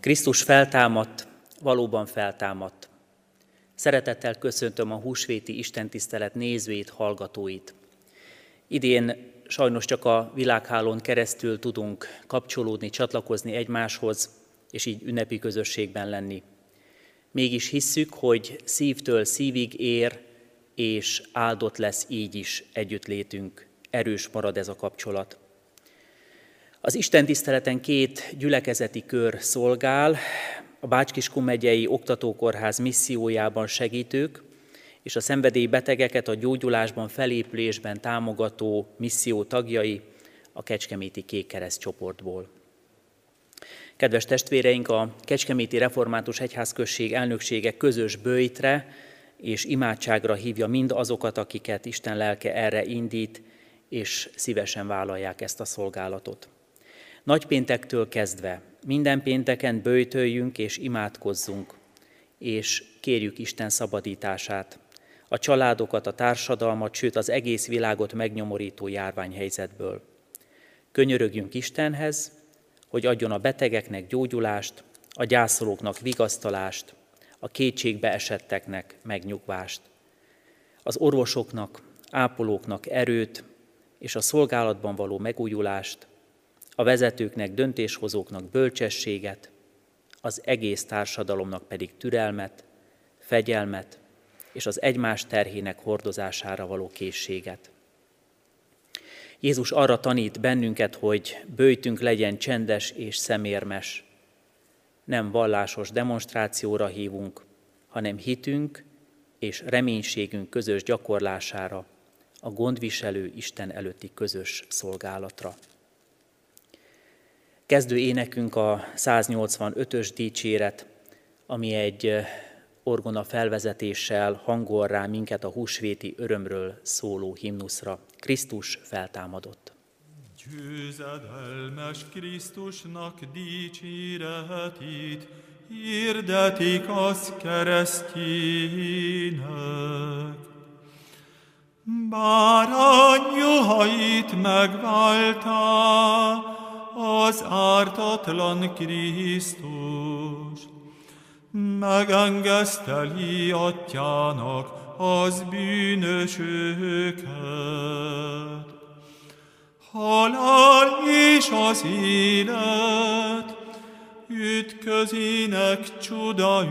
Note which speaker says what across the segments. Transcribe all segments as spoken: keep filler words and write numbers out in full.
Speaker 1: Krisztus feltámadt, valóban feltámadt. Szeretettel köszöntöm a húsvéti istentisztelet nézőit, hallgatóit. Idén sajnos csak a világhálón keresztül tudunk kapcsolódni, csatlakozni egymáshoz, és így ünnepi közösségben lenni. Mégis hisszük, hogy szívtől szívig ér, és áldott lesz így is együttlétünk. Erős marad ez a kapcsolat. Az istentiszteleten két gyülekezeti kör szolgál, a Bács-Kiskun megyei oktatókórház missziójában segítők, és a szenvedélybetegeket a gyógyulásban, felépülésben támogató misszió tagjai a Kecskeméti Kékkereszt csoportból. Kedves testvéreink, a Kecskeméti Református Egyházközség elnöksége közös böjtre és imádságra hívja mind azokat, akiket Isten lelke erre indít, és szívesen vállalják ezt a szolgálatot. Nagypéntektől kezdve minden pénteken böjtöljünk és imádkozzunk, és kérjük Isten szabadítását, a családokat, a társadalmat, sőt az egész világot megnyomorító járványhelyzetből. Könyörögjünk Istenhez, hogy adjon a betegeknek gyógyulást, a gyászolóknak vigasztalást, a kétségbe esetteknek megnyugvást, az orvosoknak, ápolóknak erőt és a szolgálatban való megújulást, a vezetőknek, döntéshozóknak bölcsességet, az egész társadalomnak pedig türelmet, fegyelmet és az egymás terhének hordozására való készséget. Jézus arra tanít bennünket, hogy böjtünk legyen csendes és szemérmes. Nem vallásos demonstrációra hívunk, hanem hitünk és reménységünk közös gyakorlására, a gondviselő Isten előtti közös szolgálatra. Kezdő énekünk a száznyolcvanötös dicséret, ami egy orgona felvezetéssel hangol rá minket a húsvéti örömről szóló himnuszra. Krisztus feltámadott.
Speaker 2: Győzedelmes Krisztusnak dicséretét hirdetik az keresztjének. Bárány juhait megváltá az ártatlan Krisztus, megengeszteli atyának az bűnösöket. Halál és az élet ütközének csuda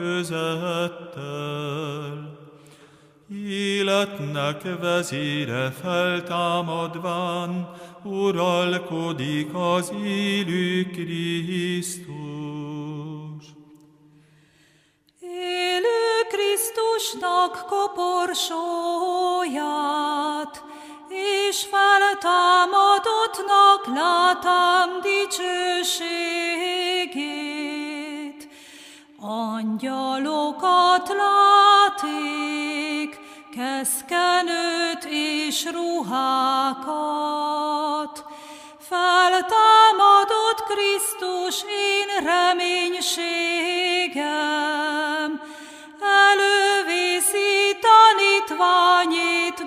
Speaker 2: ütközettel. Életnek vezére feltámadván uralkodik az élő Krisztus.
Speaker 3: Élő Krisztusnak koporsóját, és feltámadottnak látám dicsőségét. Angyalokat láték, keszkenőt és ruhákat. Feltámadott Krisztus én reménységem, elővészi tanítványét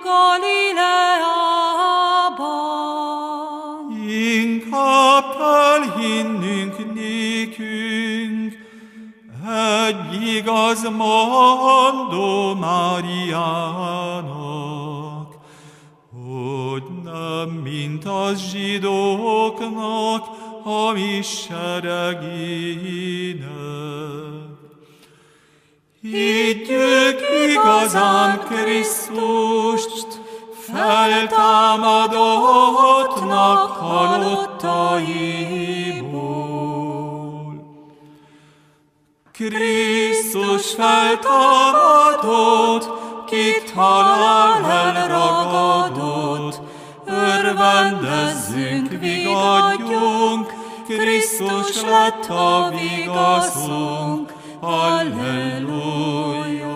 Speaker 3: Galileában.
Speaker 2: Inkább kell hinnünk nékünk egy igaz mondó Máriának, hogy nem mint az zsidóknak, hamis seregének. Higgyük igazán Krisztust, feltámadottnak halottaiból. Krisztus feltámadott, kit halál elragadott, örvendezzünk, vigadjunk, Krisztus lett a vigaszunk, halleluja.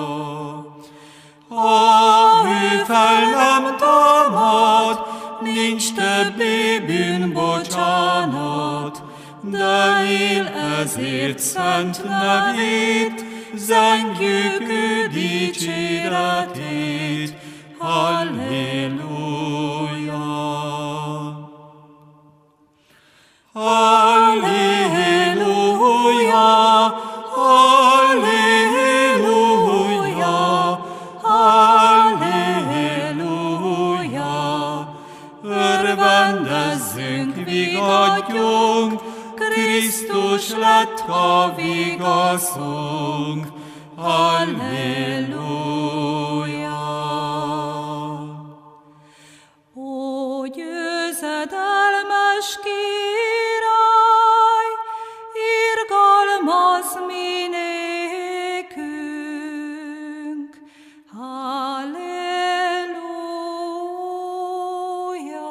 Speaker 2: Ha ő fel nem támad, nincs többé bűnbocsánat, de él ezért szent nevét, zengjük ő dicséretét, halleluja. Halleluja. Krisztus lett a vigaszunk. Halleluja!
Speaker 3: Ó, győzedelmes király, irgalmazz mi nékünk. Halleluja!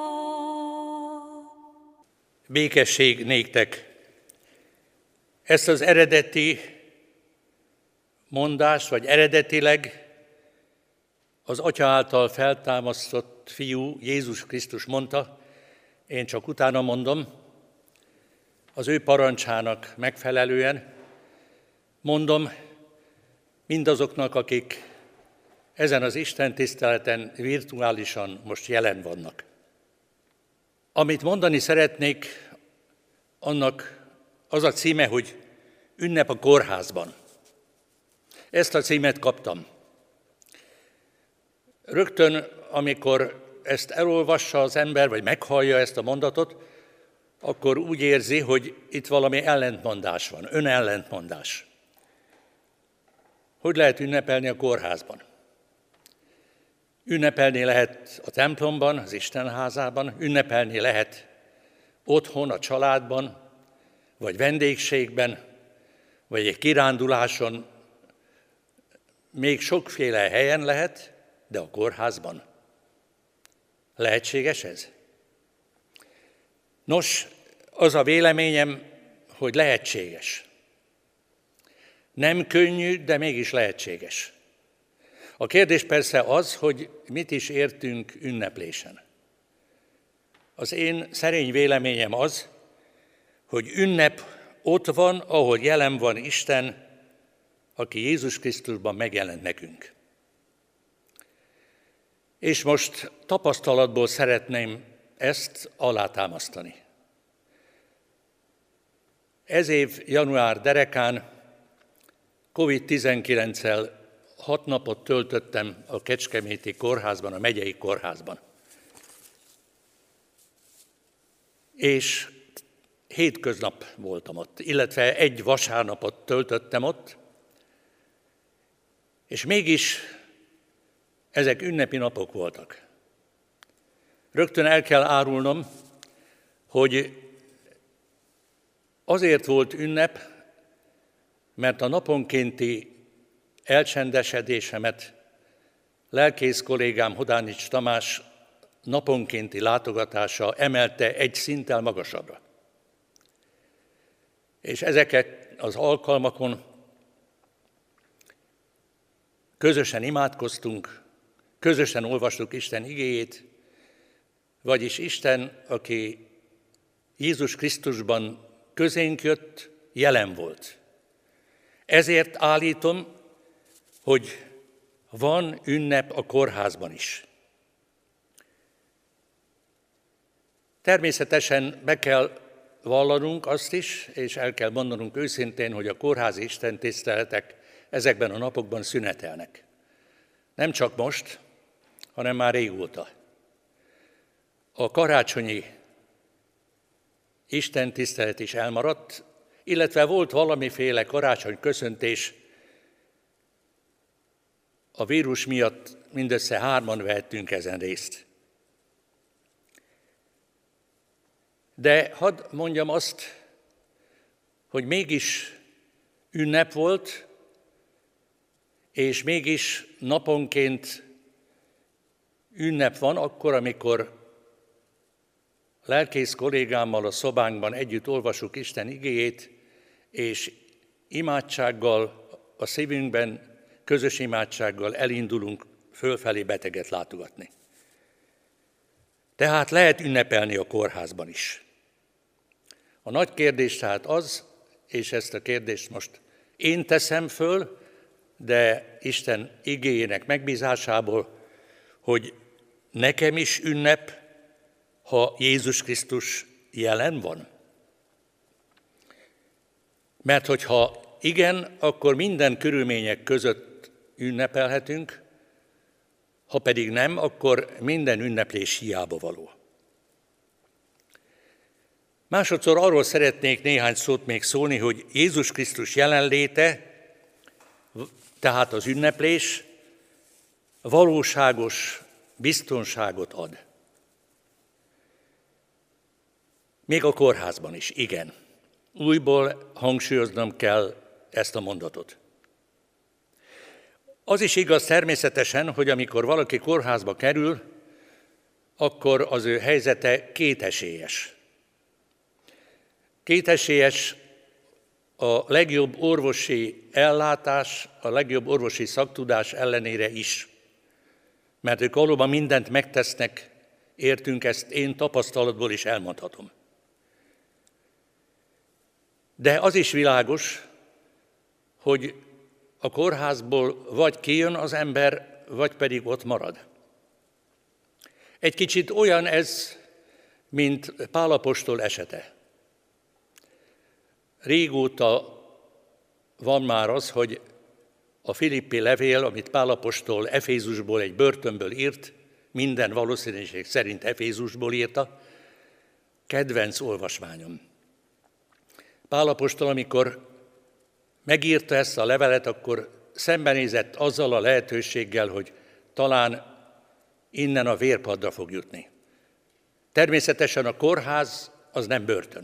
Speaker 4: Békesség néktek! Ezt az eredeti mondást, vagy eredetileg az Atya által feltámasztott fiú, Jézus Krisztus mondta, én csak utána mondom, az ő parancsának megfelelően mondom mindazoknak, akik ezen az Isten tiszteleten virtuálisan most jelen vannak. Amit mondani szeretnék, annak az a címe, hogy Ünnep a kórházban. Ezt a címet kaptam. Rögtön, amikor ezt elolvassa az ember, vagy meghallja ezt a mondatot, akkor úgy érzi, hogy itt valami ellentmondás van, önellentmondás. Hogy lehet ünnepelni a kórházban? Ünnepelni lehet a templomban, az Istenházában, ünnepelni lehet otthon, a családban, vagy vendégségben, vagy egy kiránduláson, még sokféle helyen lehet, de a kórházban. Lehetséges ez? Nos, az a véleményem, hogy lehetséges. Nem könnyű, de mégis lehetséges. A kérdés persze az, hogy mit is értünk ünneplésen. Az én szerény véleményem az, hogy ünnep ott van, ahol jelen van Isten, aki Jézus Krisztusban megjelent nekünk. És most tapasztalatból szeretném ezt alátámasztani. Ez év január derekán kovid tizenkilenccel hat napot töltöttem a Kecskeméti kórházban, a megyei kórházban. És hétköznap voltam ott, illetve egy vasárnapot töltöttem ott, és mégis ezek ünnepi napok voltak. Rögtön el kell árulnom, hogy azért volt ünnep, mert a naponkénti elcsendesedésemet lelkész kollégám Hodánics Tamás naponkénti látogatása emelte egy szinttel magasabbra. És ezeket az alkalmakon közösen imádkoztunk, közösen olvastuk Isten igéjét, vagyis Isten, aki Jézus Krisztusban közénk jött, jelen volt. Ezért állítom, hogy van ünnep a kórházban is. Természetesen be kell vallanunk azt is, és el kell mondanunk őszintén, hogy a kórházi istentiszteletek ezekben a napokban szünetelnek. Nem csak most, hanem már régóta. A karácsonyi istentisztelet is elmaradt, illetve volt valamiféle karácsonyköszöntés. A vírus miatt mindössze hárman vehettünk ezen részt. De hadd mondjam azt, hogy mégis ünnep volt, és mégis naponként ünnep van akkor, amikor lelkész kollégámmal a szobánkban együtt olvasjuk Isten igéjét, és imádsággal a szívünkben, közös imádsággal elindulunk fölfelé beteget látogatni. Tehát lehet ünnepelni a kórházban is. A nagy kérdés tehát az, és ezt a kérdést most én teszem föl, de Isten igéjének megbízásából, hogy nekem is ünnep, ha Jézus Krisztus jelen van. Mert hogyha igen, akkor minden körülmények között ünnepelhetünk, ha pedig nem, akkor minden ünneplés hiába való. Másodszor arról szeretnék néhány szót még szólni, hogy Jézus Krisztus jelenléte, tehát az ünneplés, valóságos biztonságot ad. Még a kórházban is, igen. Újból hangsúlyoznom kell ezt a mondatot. Az is igaz természetesen, hogy amikor valaki kórházba kerül, akkor az ő helyzete kétesélyes. Kétesélyes a legjobb orvosi ellátás, a legjobb orvosi szaktudás ellenére is. Mert ők valóban mindent megtesznek, értünk, ezt én tapasztalatból is elmondhatom. De az is világos, hogy a kórházból vagy kijön az ember, vagy pedig ott marad. Egy kicsit olyan ez, mint Pál apostol esete. Régóta van már az, hogy a Filippi levél, amit Pál apostol Efézusból, egy börtönből írt, minden valószínűség szerint Efézusból írta, kedvenc olvasmányom. Pál apostol, amikor megírta ezt a levelet, akkor szembenézett azzal a lehetőséggel, hogy talán innen a vérpadra fog jutni. Természetesen a kórház az nem börtön.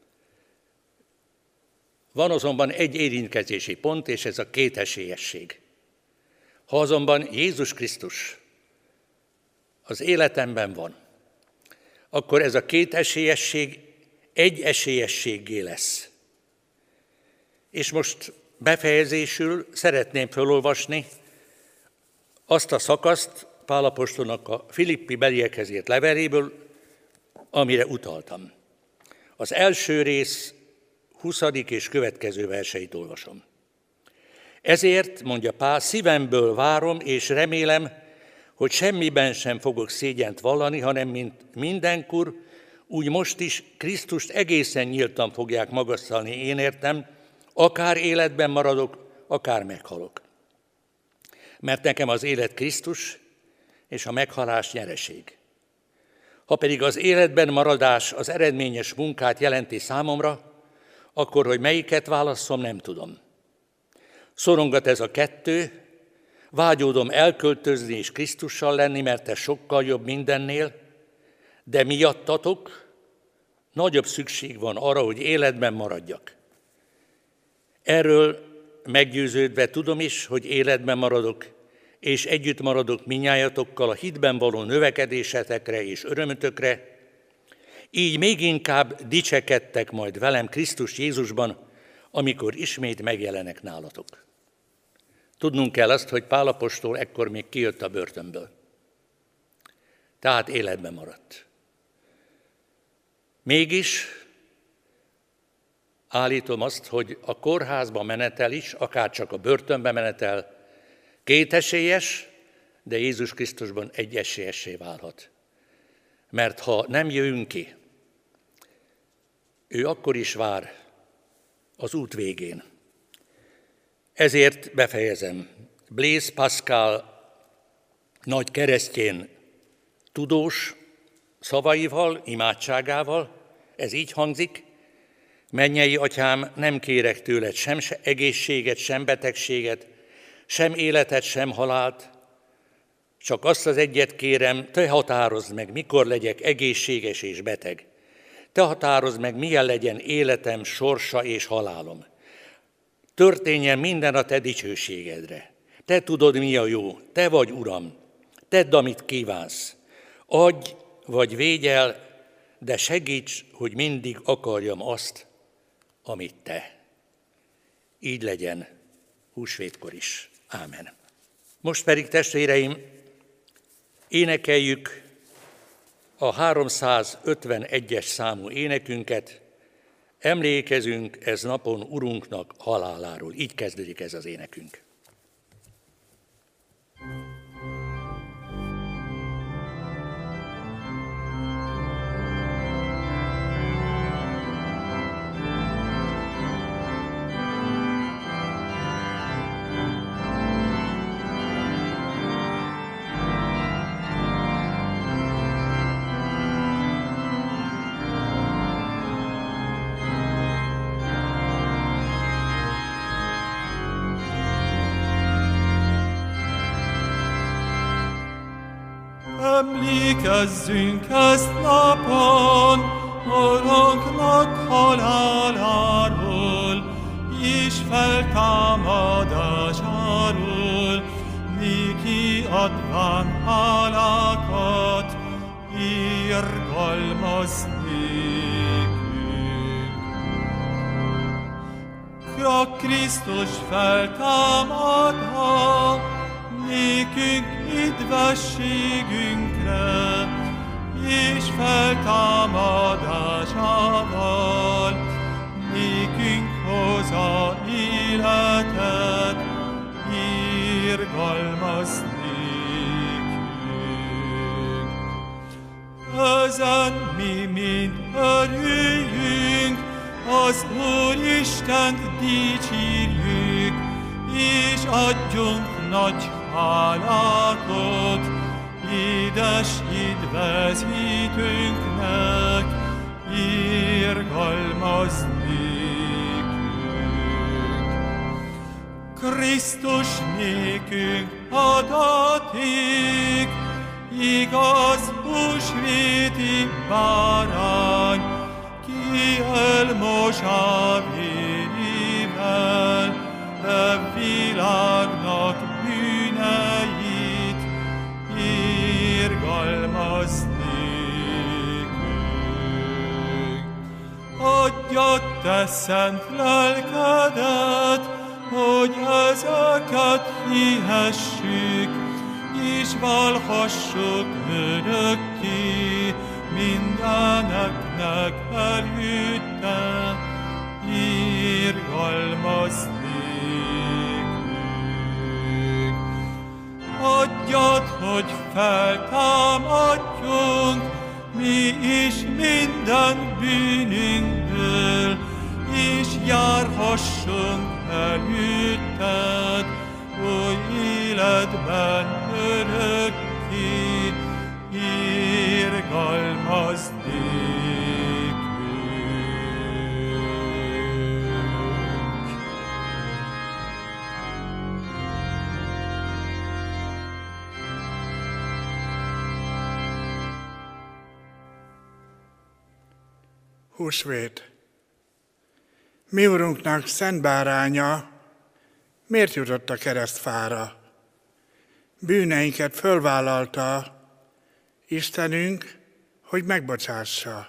Speaker 4: Van azonban egy érintkezési pont, és ez a kétesélyesség. Ha azonban Jézus Krisztus az életemben van, akkor ez a kétesélyesség egy esélyességgé lesz. És most befejezésül szeretném felolvasni azt a szakaszt Pál apostolnak a Filippi beliekhez írt leveléből, amire utaltam. Az első rész huszadik és következő verseit olvasom. Ezért, mondja Pál, szívemből várom és remélem, hogy semmiben sem fogok szégyent vallani, hanem mint mindenkor, úgy most is Krisztust egészen nyíltan fogják magasztalni, én értem, akár életben maradok, akár meghalok. Mert nekem az élet Krisztus, és a meghalás nyereség. Ha pedig az életben maradás az eredményes munkát jelenti számomra, akkor, hogy melyiket válasszom, nem tudom. Szorongat ez a kettő, vágyódom elköltözni és Krisztussal lenni, mert ez sokkal jobb mindennél, de miattatok nagyobb szükség van arra, hogy életben maradjak. Erről meggyőződve tudom is, hogy életben maradok, és együtt maradok minnyájatokkal a hitben való növekedésetekre és örömötökre, így még inkább dicsekedtek majd velem Krisztus Jézusban, amikor ismét megjelenek nálatok. Tudnunk kell azt, hogy Pál apostol ekkor még kijött a börtönből. Tehát életben maradt. Mégis állítom azt, hogy a kórházba menetel is, akár csak a börtönbe menetel, kétesélyes, de Jézus Krisztusban egyesélyessé válhat. Mert ha nem jövünk ki, ő akkor is vár az út végén. Ezért befejezem. Blaise Pascal nagy keresztjén tudós szavaival, imádságával, ez így hangzik: mennyei atyám, nem kérek tőled sem egészséget, sem betegséget, sem életet, sem halált, csak azt az egyet kérem, te határozd meg, mikor legyek egészséges és beteg. Te határozd meg, milyen legyen életem, sorsa és halálom. Történjen minden a te dicsőségedre. Te tudod, mi a jó, te vagy Uram, tedd, amit kívánsz. Adj vagy védj el, de segíts, hogy mindig akarjam azt, amit te. Így legyen húsvétkor is. Ámen. Most pedig, testvéreim, énekeljük a háromszázötvenegyes számú énekünket, emlékezünk ez napon Urunknak haláláról. Így kezdődik ez az énekünk.
Speaker 2: Emlékezzünk ezt napon, Urunknak haláláról, és feltámadásáról, néki adván hálákat, irgalmaz nékünk. A Krisztus feltámadta, nékünk üdvességünkre, és feltámadásával nékünk hozza életet, irgalmaz nékünk. Ezen mi mind örüljünk, az Úristent dicsérjük, és adjunk nagy hálátot édes édveszítőnknek, irgalmaz nékünk. Krisztus nékünk adaték, igaz húsvéti bárány, ki elmosá vérével e világnak bűneit, irgalmaz nékünk. Adja te szent lelkedet, hogy ezeket hihessük, és valhassuk örökké mindeneknek előtte, irgalmaz nékünk. Adjad, hogy feltámadjunk, mi is minden bűnünkből, és járhassunk előtted, új életben örökké, irgalmaz nékünk.
Speaker 5: Húsvét. Mi Urunknak szent báránya, miért jutott a keresztfára? Bűneinket fölvállalta Istenünk, hogy megbocsássa.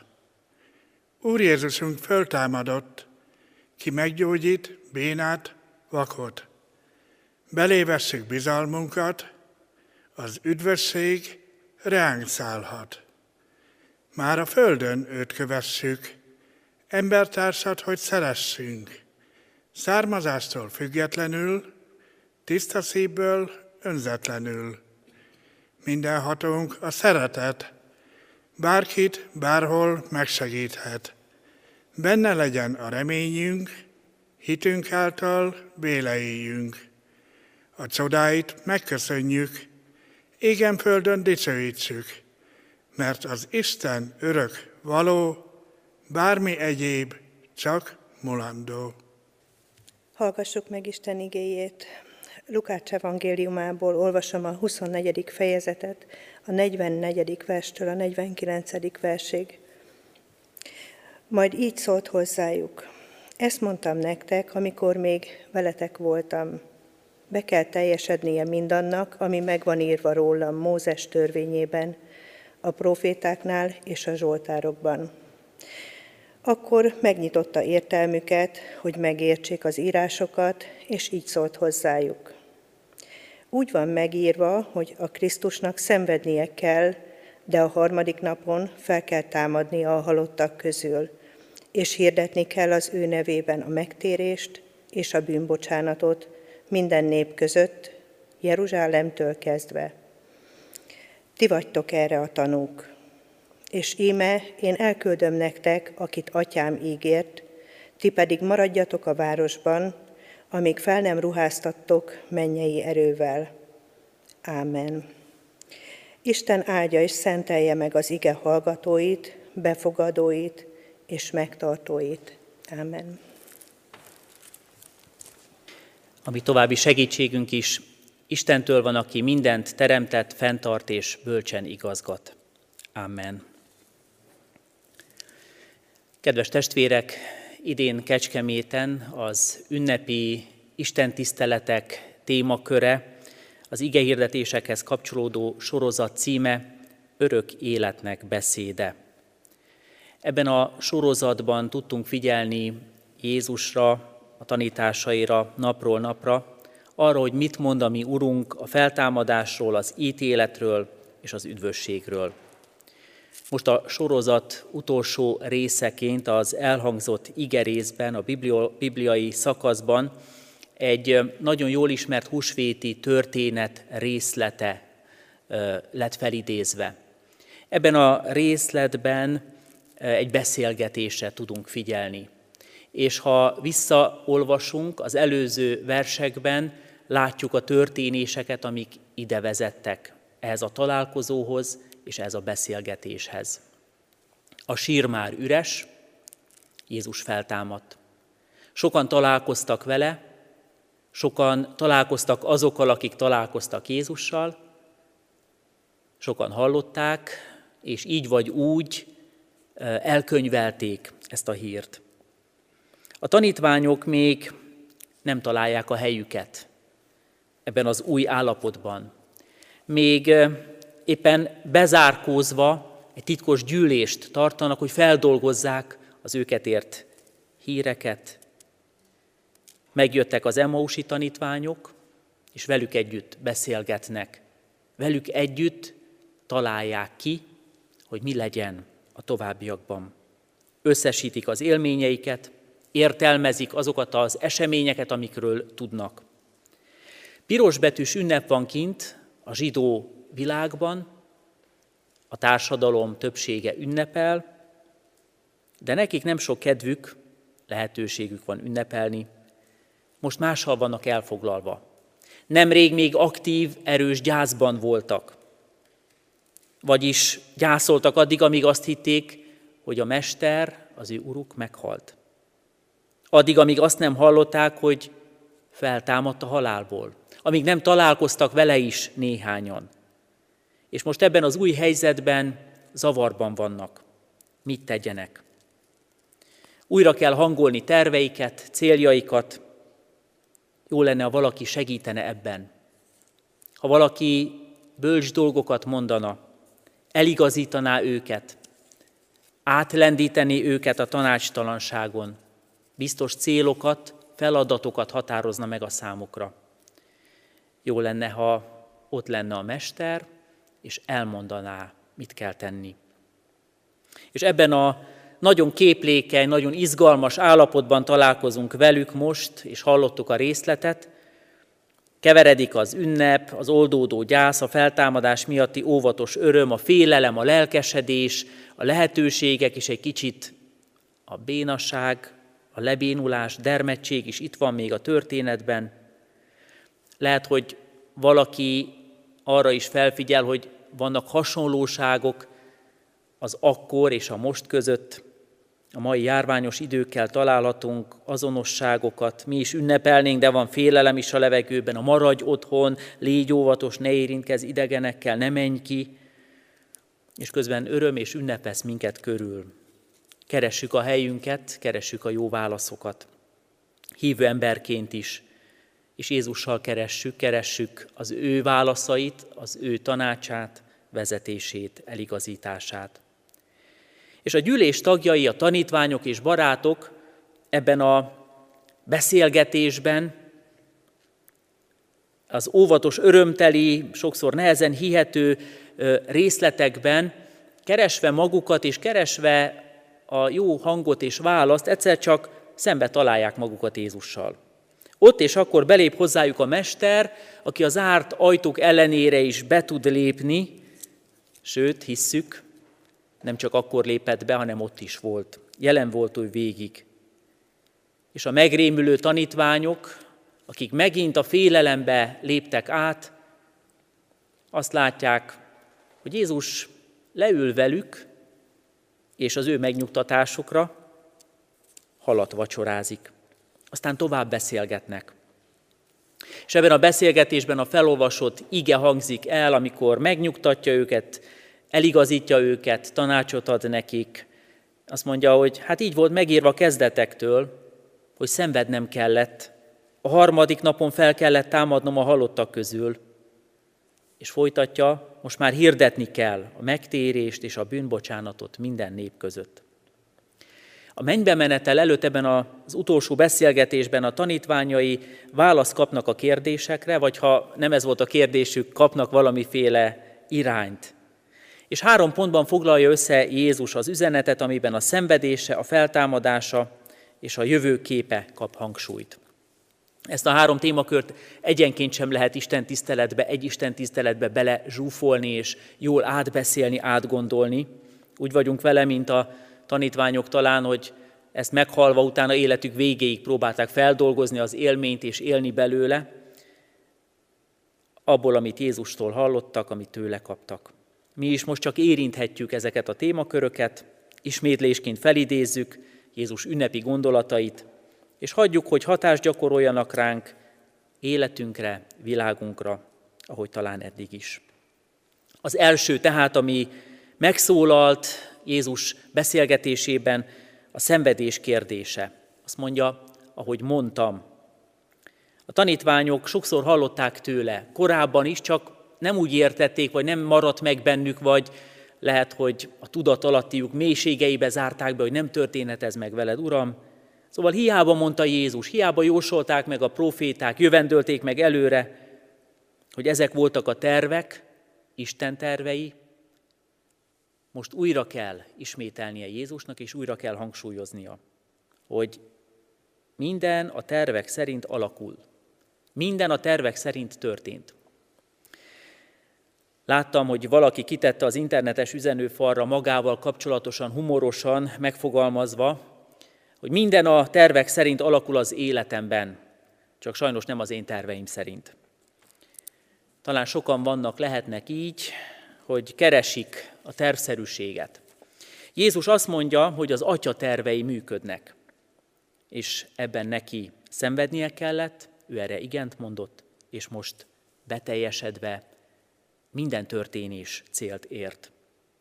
Speaker 5: Úr Jézusunk föltámadott, ki meggyógyít bénát, vakot. Belévesszük bizalmunkat, az üdvösség ránk szállhat. Már a földön őt kövesszük, embertársat, hogy szeressünk. Származástól függetlenül, tiszta szívből, önzetlenül. Mindenhatónk a szeretet, bárkit, bárhol megsegíthet. Benne legyen a reményünk, hitünk által véleljünk. A csodáit megköszönjük, égen földön dicsőítsük, mert az Isten örök való, bármi egyéb csak mulandó.
Speaker 6: Hallgassuk meg Isten igéjét. Lukács evangéliumából olvasom a huszonnegyedik fejezetet, a negyvennegyedik verstől a negyvenkilencedik versig. Majd így szólt hozzájuk. Ezt mondtam nektek, amikor még veletek voltam. Be kell teljesednie mindannak, ami megvan írva rólam Mózes törvényében, a profétáknál és a zsoltárokban. Akkor megnyitotta értelmüket, hogy megértsék az írásokat, és így szólt hozzájuk. Úgy van megírva, hogy a Krisztusnak szenvednie kell, de a harmadik napon fel kell támadnia a halottak közül, és hirdetni kell az ő nevében a megtérést és a bűnbocsánatot minden nép között, Jeruzsálemtől kezdve. Ti vagytok erre a tanúk. És íme, én elküldöm nektek, akit atyám ígért, ti pedig maradjatok a városban, amíg fel nem ruháztattok mennyei erővel. Ámen. Isten áldja és szentelje meg az ige hallgatóit, befogadóit és megtartóit. Ámen.
Speaker 1: Ami további segítségünk is, Istentől van, aki mindent teremtett, fenntart és bölcsen igazgat. Amen. Kedves testvérek, idén Kecskeméten az ünnepi istentiszteletek témaköre, az igehirdetésekhez kapcsolódó sorozat címe Örök életnek beszéde. Ebben a sorozatban tudtunk figyelni Jézusra, a tanításaira napról napra, arra, hogy mit mond a mi Urunk a feltámadásról, az ítéletről és az üdvösségről. Most a sorozat utolsó részeként az elhangzott igerészben, a bibliai szakaszban egy nagyon jól ismert húsvéti történet részlete lett felidézve. Ebben a részletben egy beszélgetésre tudunk figyelni. És ha visszaolvasunk az előző versekben, látjuk a történéseket, amik ide vezettek ehhez a találkozóhoz és ehhez a beszélgetéshez. A sír már üres, Jézus feltámadt. Sokan találkoztak vele, sokan találkoztak azokkal, akik találkoztak Jézussal, sokan hallották, és így vagy úgy elkönyvelték ezt a hírt. A tanítványok még nem találják a helyüket ebben az új állapotban. Még éppen bezárkózva egy titkos gyűlést tartanak, hogy feldolgozzák az őket ért híreket. Megjöttek az Emmausi tanítványok, és velük együtt beszélgetnek. Velük együtt találják ki, hogy mi legyen a továbbiakban. Összesítik az élményeiket, értelmezik azokat az eseményeket, amikről tudnak. Pirosbetűs ünnep van kint a zsidó világban, a társadalom többsége ünnepel, de nekik nem sok kedvük, lehetőségük van ünnepelni. Most máshol vannak elfoglalva. Nemrég még aktív, erős gyászban voltak. Vagyis gyászoltak addig, amíg azt hitték, hogy a mester, az ő uruk meghalt. Addig, amíg azt nem hallották, hogy feltámadt a halálból. Amíg nem találkoztak vele is néhányan. És most ebben az új helyzetben zavarban vannak. Mit tegyenek? Újra kell hangolni terveiket, céljaikat. Jó lenne, ha valaki segítene ebben. Ha valaki bölcs dolgokat mondana, eligazítaná őket, átlendíteni őket a tanácstalanságon, biztos célokat, feladatokat határozna meg a számukra. Jó lenne, ha ott lenne a mester, és elmondaná, mit kell tenni. És ebben a nagyon képlékeny, nagyon izgalmas állapotban találkozunk velük most, és hallottuk a részletet. Keveredik az ünnep, az oldódó gyász, a feltámadás miatti óvatos öröm, a félelem, a lelkesedés, a lehetőségek, és egy kicsit a bénaság, a lebénulás, dermedtség is itt van még a történetben. Lehet, hogy valaki arra is felfigyel, hogy vannak hasonlóságok az akkor és a most között. A mai járványos időkkel találhatunk azonosságokat. Mi is ünnepelnénk, de van félelem is a levegőben. A maradj otthon, légy óvatos, ne érintkezz idegenekkel, ne menj ki. És közben öröm és ünnep vesz minket körül. Keressük a helyünket, keressük a jó válaszokat. Hívő emberként is. És Jézussal keressük, keressük az ő válaszait, az ő tanácsát, vezetését, eligazítását. És a gyűlés tagjai, a tanítványok és barátok ebben a beszélgetésben, az óvatos, örömteli, sokszor nehezen hihető részletekben, keresve magukat és keresve a jó hangot és választ, egyszer csak szembe találják magukat Jézussal. Ott és akkor belép hozzájuk a mester, aki az zárt ajtók ellenére is be tud lépni, sőt, hisszük, nem csak akkor lépett be, hanem ott is volt. Jelen volt ő végig. És a megrémülő tanítványok, akik megint a félelembe léptek át, azt látják, hogy Jézus leül velük, és az ő megnyugtatásukra halat vacsorázik. Aztán tovább beszélgetnek. És ebben a beszélgetésben a felolvasott ige hangzik el, amikor megnyugtatja őket, eligazítja őket, tanácsot ad nekik. Azt mondja, hogy hát így volt megírva kezdetektől, hogy szenvednem kellett. A harmadik napon fel kellett támadnom a halottak közül. És folytatja, most már hirdetni kell a megtérést és a bűnbocsánatot minden nép között. A mennybe menetel előtt ebben az utolsó beszélgetésben a tanítványai választ kapnak a kérdésekre, vagy ha nem ez volt a kérdésük, kapnak valamiféle irányt. És három pontban foglalja össze Jézus az üzenetet, amiben a szenvedése, a feltámadása és a jövő képe kap hangsúlyt. Ezt a három témakört egyenként sem lehet Isten tiszteletbe, egy Isten tiszteletbe bele zsúfolni és jól átbeszélni, átgondolni. Úgy vagyunk vele, mint a tanítványok talán, hogy ezt meghalva utána életük végéig próbálták feldolgozni az élményt és élni belőle, abból, amit Jézustól hallottak, amit tőle kaptak. Mi is most csak érinthetjük ezeket a témaköröket, ismétlésként felidézzük Jézus ünnepi gondolatait, és hagyjuk, hogy hatást gyakoroljanak ránk, életünkre, világunkra, ahogy talán eddig is. Az első tehát, ami megszólalt Jézus beszélgetésében, a szenvedés kérdése. Azt mondja, ahogy mondtam. A tanítványok sokszor hallották tőle, korábban is, csak nem úgy értették, vagy nem maradt meg bennük, vagy lehet, hogy a tudat alattiuk mélységeibe zárták be, hogy nem történhet ez meg veled, Uram. Szóval hiába mondta Jézus, hiába jósolták meg a proféták, jövendölték meg előre, hogy ezek voltak a tervek, Isten tervei. Most újra kell ismételnie Jézusnak, és újra kell hangsúlyoznia, hogy minden a tervek szerint alakul. Minden a tervek szerint történt. Láttam, hogy valaki kitette az internetes üzenőfalra magával kapcsolatosan, humorosan megfogalmazva, hogy minden a tervek szerint alakul az életemben, csak sajnos nem az én terveim szerint. Talán sokan vannak, lehetnek így, hogy keresik a tervszerűséget. Jézus azt mondja, hogy az Atya tervei működnek, és ebben neki szenvednie kellett, ő erre igent mondott, és most beteljesedve minden történés célt ért.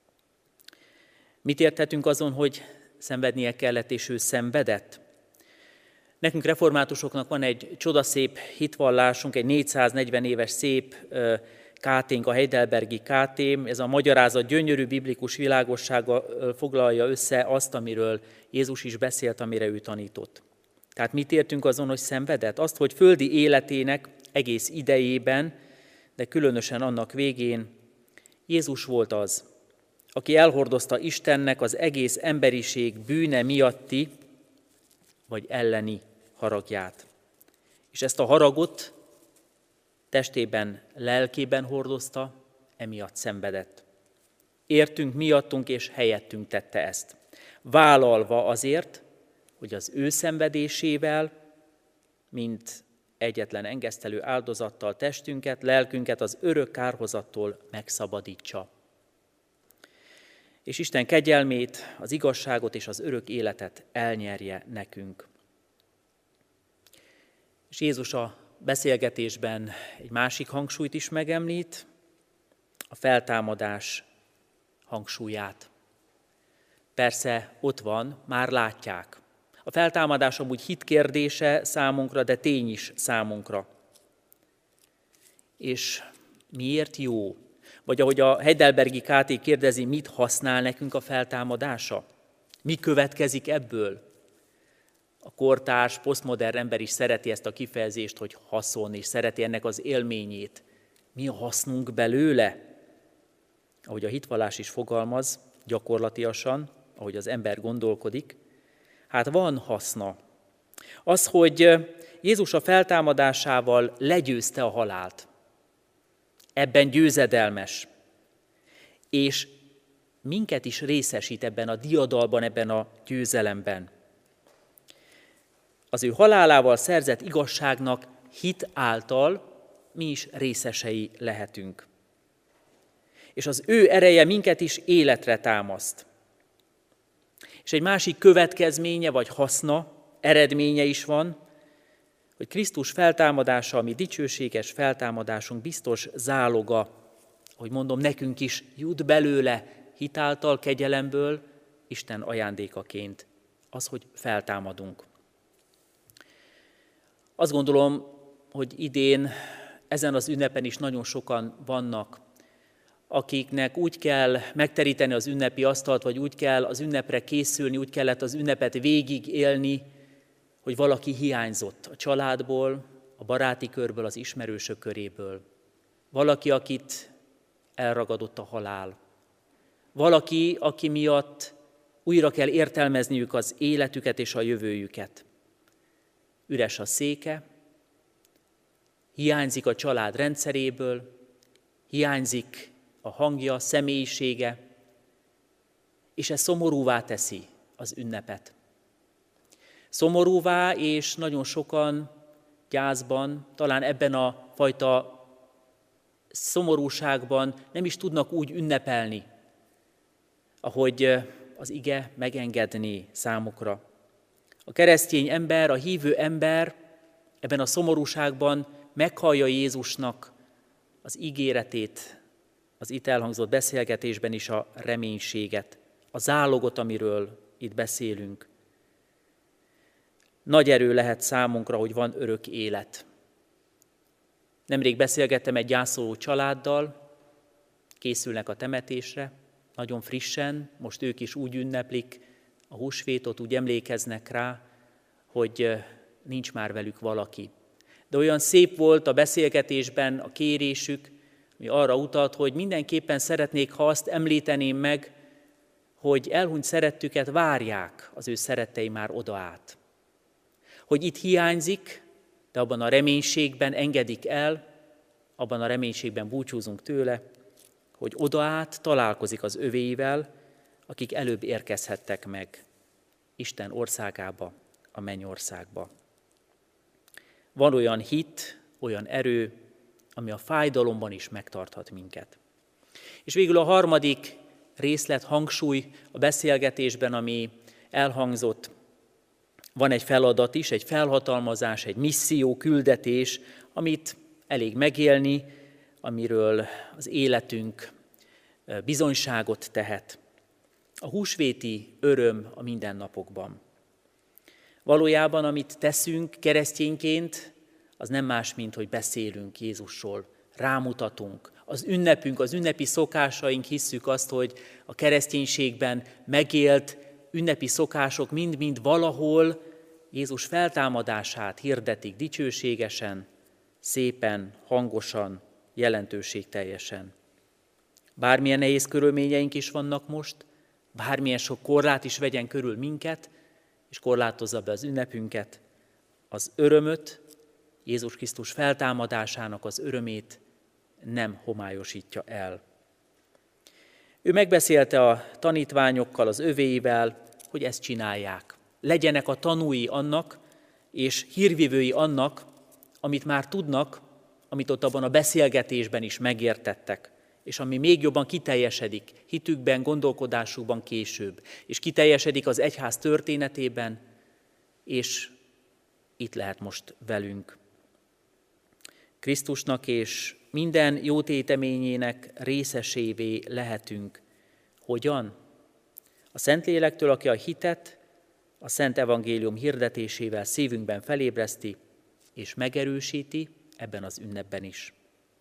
Speaker 1: Mit érthetünk azon, hogy szenvednie kellett, és ő szenvedett? Nekünk reformátusoknak van egy csodaszép hitvallásunk, egy négyszáznegyven éves szép káténk, a heidelbergi kátém. Ez a magyarázat gyönyörű biblikus világossága foglalja össze azt, amiről Jézus is beszélt, amire ő tanított. Tehát mit értünk azon, hogy szenvedett? Azt, hogy földi életének egész idejében, de különösen annak végén Jézus volt az, aki elhordozta Istennek az egész emberiség bűne miatti, vagy elleni haragját. És ezt a haragot testében, lelkében hordozta, emiatt szenvedett. Értünk, miattunk és helyettünk tette ezt. Vállalva azért, hogy az ő szenvedésével, mint egyetlen engesztelő áldozattal testünket, lelkünket az örök kárhozattól megszabadítsa. És Isten kegyelmét, az igazságot és az örök életet elnyerje nekünk. És Jézus a beszélgetésben egy másik hangsúlyt is megemlít, a feltámadás hangsúlyát. Persze ott van, már látják. A feltámadás amúgy hit kérdése számunkra, de tény is számunkra. És miért jó? Vagy ahogy a heidelbergi ká té kérdezi, mit használ nekünk a feltámadása? Mi következik ebből? A kortárs, posztmodern ember is szereti ezt a kifejezést, hogy haszon, és szereti ennek az élményét. Mi a hasznunk belőle? Ahogy a hitvallás is fogalmaz, gyakorlatiasan, ahogy az ember gondolkodik, hát van haszna. Az, hogy Jézus a feltámadásával legyőzte a halált. Ebben győzedelmes. És minket is részesít ebben a diadalban, ebben a győzelemben. Az ő halálával szerzett igazságnak hit által mi is részesei lehetünk. És az ő ereje minket is életre támaszt. És egy másik következménye vagy haszna, eredménye is van, hogy Krisztus feltámadása, a mi dicsőséges feltámadásunk biztos záloga, hogy mondom, nekünk is jut belőle hitáltal, kegyelemből, Isten ajándékaként, az, hogy feltámadunk. Azt gondolom, hogy idén ezen az ünnepen is nagyon sokan vannak, akiknek úgy kell megteríteni az ünnepi asztalt, vagy úgy kell az ünnepre készülni, úgy kellett az ünnepet végigélni, hogy valaki hiányzott a családból, a baráti körből, az ismerősök köréből. Valaki, akit elragadott a halál. Valaki, aki miatt újra kell értelmezniük az életüket és a jövőjüket. Üres a széke, hiányzik a család rendszeréből, hiányzik a hangja, személyisége, és ez szomorúvá teszi az ünnepet. Szomorúvá, és nagyon sokan gyászban, talán ebben a fajta szomorúságban nem is tudnak úgy ünnepelni, ahogy az ige megengedné számukra. A keresztény ember, a hívő ember ebben a szomorúságban meghallja Jézusnak az ígéretét, az itt elhangzott beszélgetésben is a reménységet, a zálogot, amiről itt beszélünk. Nagy erő lehet számunkra, hogy van örök élet. Nemrég beszélgettem egy gyászoló családdal, készülnek a temetésre, nagyon frissen, most ők is úgy ünneplik a húsvétot, úgy emlékeznek rá, hogy nincs már velük valaki. De olyan szép volt a beszélgetésben a kérésük, ami arra utalt, hogy mindenképpen szeretnék, ha azt említeném meg, hogy elhunyt szerettüket várják az ő szerettei már oda át. Hogy itt hiányzik, de abban a reménységben engedik el, abban a reménységben búcsúzunk tőle, hogy oda át találkozik az övéivel, akik előbb érkezhettek meg Isten országába, a mennyországba. Van olyan hit, olyan erő, ami a fájdalomban is megtarthat minket. És végül a harmadik részlet, hangsúly a beszélgetésben, ami elhangzott, van egy feladat is, egy felhatalmazás, egy misszió, küldetés, amit elég megélni, amiről az életünk bizonyságot tehet. A húsvéti öröm a mindennapokban. Valójában, amit teszünk keresztényként, az nem más, mint hogy beszélünk Jézusról, rámutatunk. Az ünnepünk, az ünnepi szokásaink, hisszük azt, hogy a kereszténységben megélt ünnepi szokások mind-mind valahol Jézus feltámadását hirdetik dicsőségesen, szépen, hangosan, jelentőségteljesen. Bármilyen nehéz körülményeink is vannak most, bármilyen sok korlát is vegyen körül minket, és korlátozza be az ünnepünket, az örömöt, Jézus Krisztus feltámadásának az örömét nem homályosítja el. Ő megbeszélte a tanítványokkal, az övéivel, hogy ezt csinálják. Legyenek a tanúi annak, és hírvivői annak, amit már tudnak, amit ott abban a beszélgetésben is megértettek, és ami még jobban kiteljesedik hitükben, gondolkodásukban később, és kiteljesedik az egyház történetében, és itt lehet most velünk. Krisztusnak és minden jó téteményének részesévé lehetünk. Hogyan? A Szentlélektől, aki a hitet a Szent Evangélium hirdetésével szívünkben felébreszti, és megerősíti ebben az ünnepben is.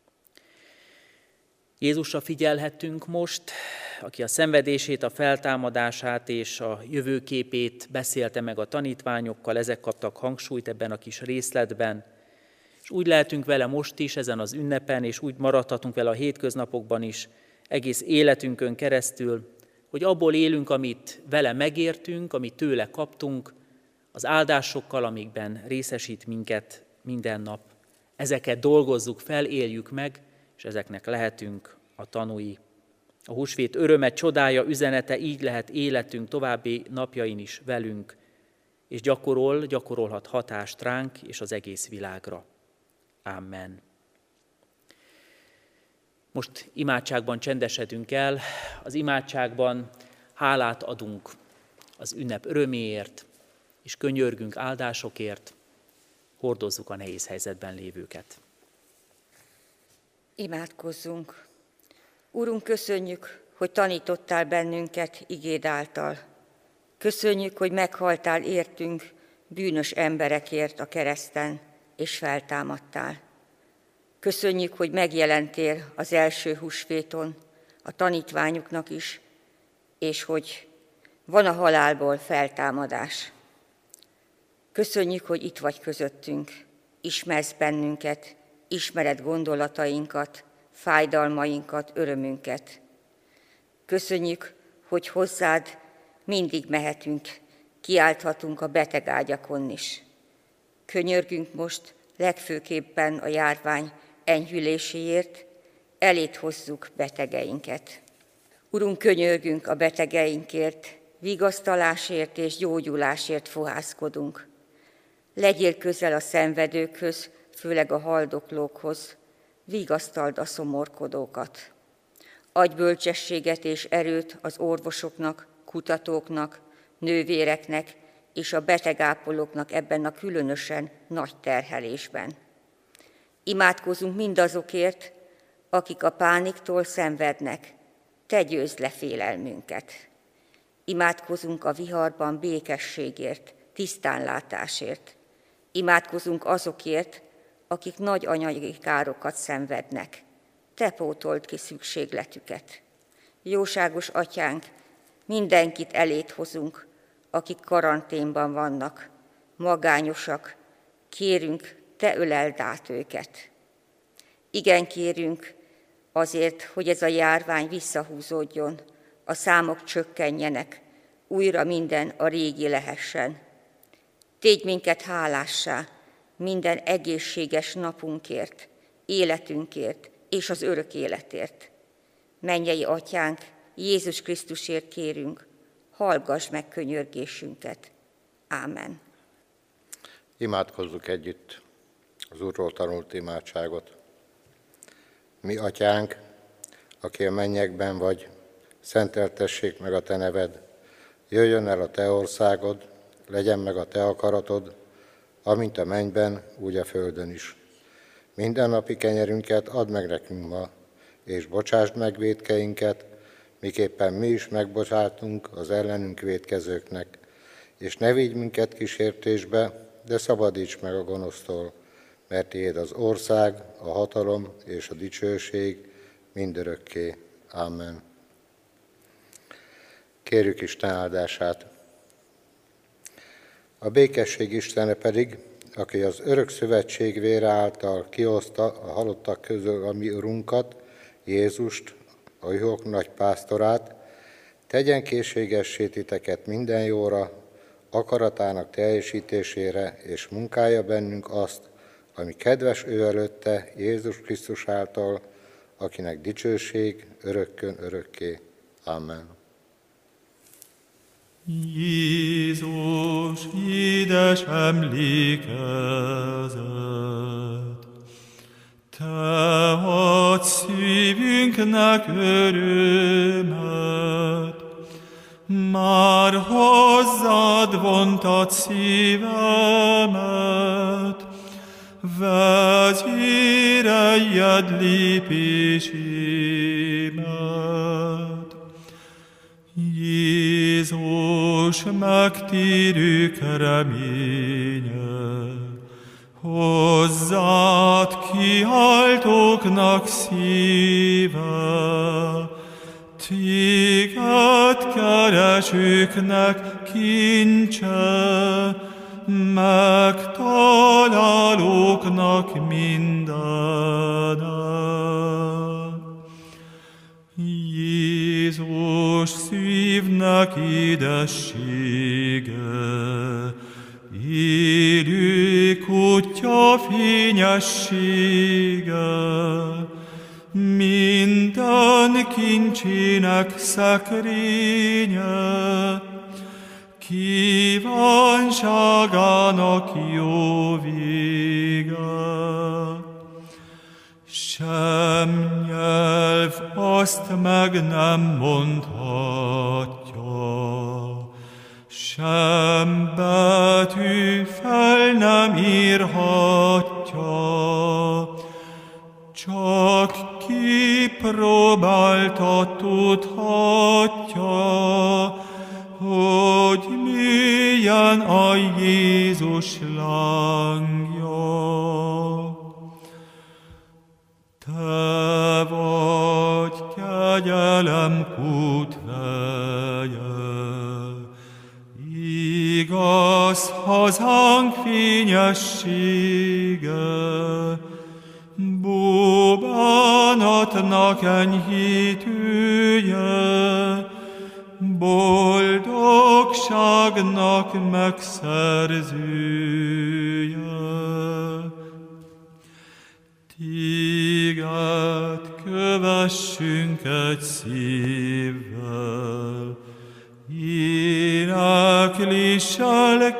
Speaker 1: Jézusra figyelhetünk most, aki a szenvedését, a feltámadását és a jövőképét beszélte meg a tanítványokkal, ezek kaptak hangsúlyt ebben a kis részletben, és úgy lehetünk vele most is, ezen az ünnepen, és úgy maradhatunk vele a hétköznapokban is, egész életünkön keresztül, hogy abból élünk, amit vele megértünk, amit tőle kaptunk, az áldásokkal, amikben részesít minket minden nap. Ezeket dolgozzuk fel, éljük meg, és ezeknek lehetünk a tanúi. A húsvét öröme, csodája, üzenete így lehet életünk további napjain is velünk, és gyakorol, gyakorolhat hatást ránk és az egész világra. Amen. Most imádságban csendesedünk el, az imádságban hálát adunk az ünnep öröméért, és könyörgünk áldásokért, hordozzuk a nehéz helyzetben lévőket.
Speaker 7: Imádkozzunk! Úrunk, köszönjük, hogy tanítottál bennünket igéd által. Köszönjük, hogy meghaltál értünk, bűnös emberekért a kereszten, és feltámadtál. Köszönjük, hogy megjelentél az első húsvéton, a tanítványoknak is, és hogy van a halálból feltámadás. Köszönjük, hogy itt vagy közöttünk, ismersz bennünket, ismered gondolatainkat, fájdalmainkat, örömünket. Köszönjük, hogy hozzád mindig mehetünk, kiálthatunk a betegágyakon is. Könyörgünk most legfőképpen a járvány enyhüléséért, eléd hozzuk betegeinket. Urunk, könyörgünk a betegeinkért, vigasztalásért és gyógyulásért fohászkodunk. Legyél közel a szenvedőkhöz, főleg a haldoklókhoz, vigasztald a szomorkodókat. Adj bölcsességet és erőt az orvosoknak, kutatóknak, nővéreknek és a betegápolóknak ebben a különösen nagy terhelésben. Imádkozunk mindazokért, akik a pániktól szenvednek, te győzd le félelmünket. Imádkozunk a viharban békességért, tisztánlátásért. Imádkozunk azokért, akik nagy anyagi károkat szenvednek. Te pótold ki szükségletüket. Jóságos Atyánk, mindenkit eléd hozunk, akik karanténban vannak, magányosak, kérünk, te öleld át őket. Igen, kérünk azért, hogy ez a járvány visszahúzódjon, a számok csökkenjenek, újra minden a régi lehessen. Tégy minket hálássá minden egészséges napunkért, életünkért és az örök életért. Mennyei Atyánk, Jézus Krisztusért kérünk, hallgass meg könyörgésünket. Ámen.
Speaker 8: Imádkozzuk együtt az Úrról tanult imádságot. Mi Atyánk, aki a mennyekben vagy, szenteltessék meg a te neved, jöjjön el a te országod, legyen meg a te akaratod, amint a mennyben, úgy a földön is. Mindennapi kenyerünket add meg nekünk ma, és bocsásd meg vétkeinket, miképpen mi is megbocsátunk az ellenünk vétkezőknek, és ne vigy minket kísértésbe, de szabadíts meg a gonosztól, mert tiéd az ország, a hatalom és a dicsőség mindörökké. Amen. Kérjük Isten áldását. A békesség Istene pedig, aki az örök szövetség vére által kihozta a halottak közül a mi Urunkat, Jézust, a juhok nagy pásztorát, tegyen készségessé titeket minden jóra, akaratának teljesítésére, és munkálja bennünk azt, ami kedves ő előtte, Jézus Krisztus által, akinek dicsőség örökkön örökké. Amen.
Speaker 2: Jézus, édes emlékezet, te adsz szívünknek örömet, már hozzád vontad szívemet, vezéreljed lépésémet. Jézus megtérők reménye, hozzád kiáltóknak szíve, téged keresőknek kincse, megtalálóknak mindenek. Jézus szívnek édessége, élő kutya fényessége, minden kincsének szekrénye, kívánságának jó vége. Sem nyelv azt meg nem mondhatja, sem betű fel nem írhatja, Atya, csak kipróbálta tudhatja, hogy milyen a Jézus lángja. Te vagy kegyelem kútvelye, igaz hazánk fényessége, búbánatnak enyhítője, boldogságnak megszerzője. Téged kövessünk egy szívvel, énekléssel,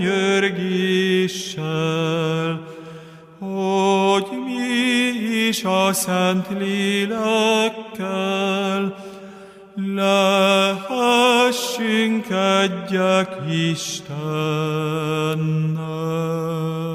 Speaker 2: könyörgéssel, hogy mi is a Szent Lélekkel lehessünk egyek Istennel.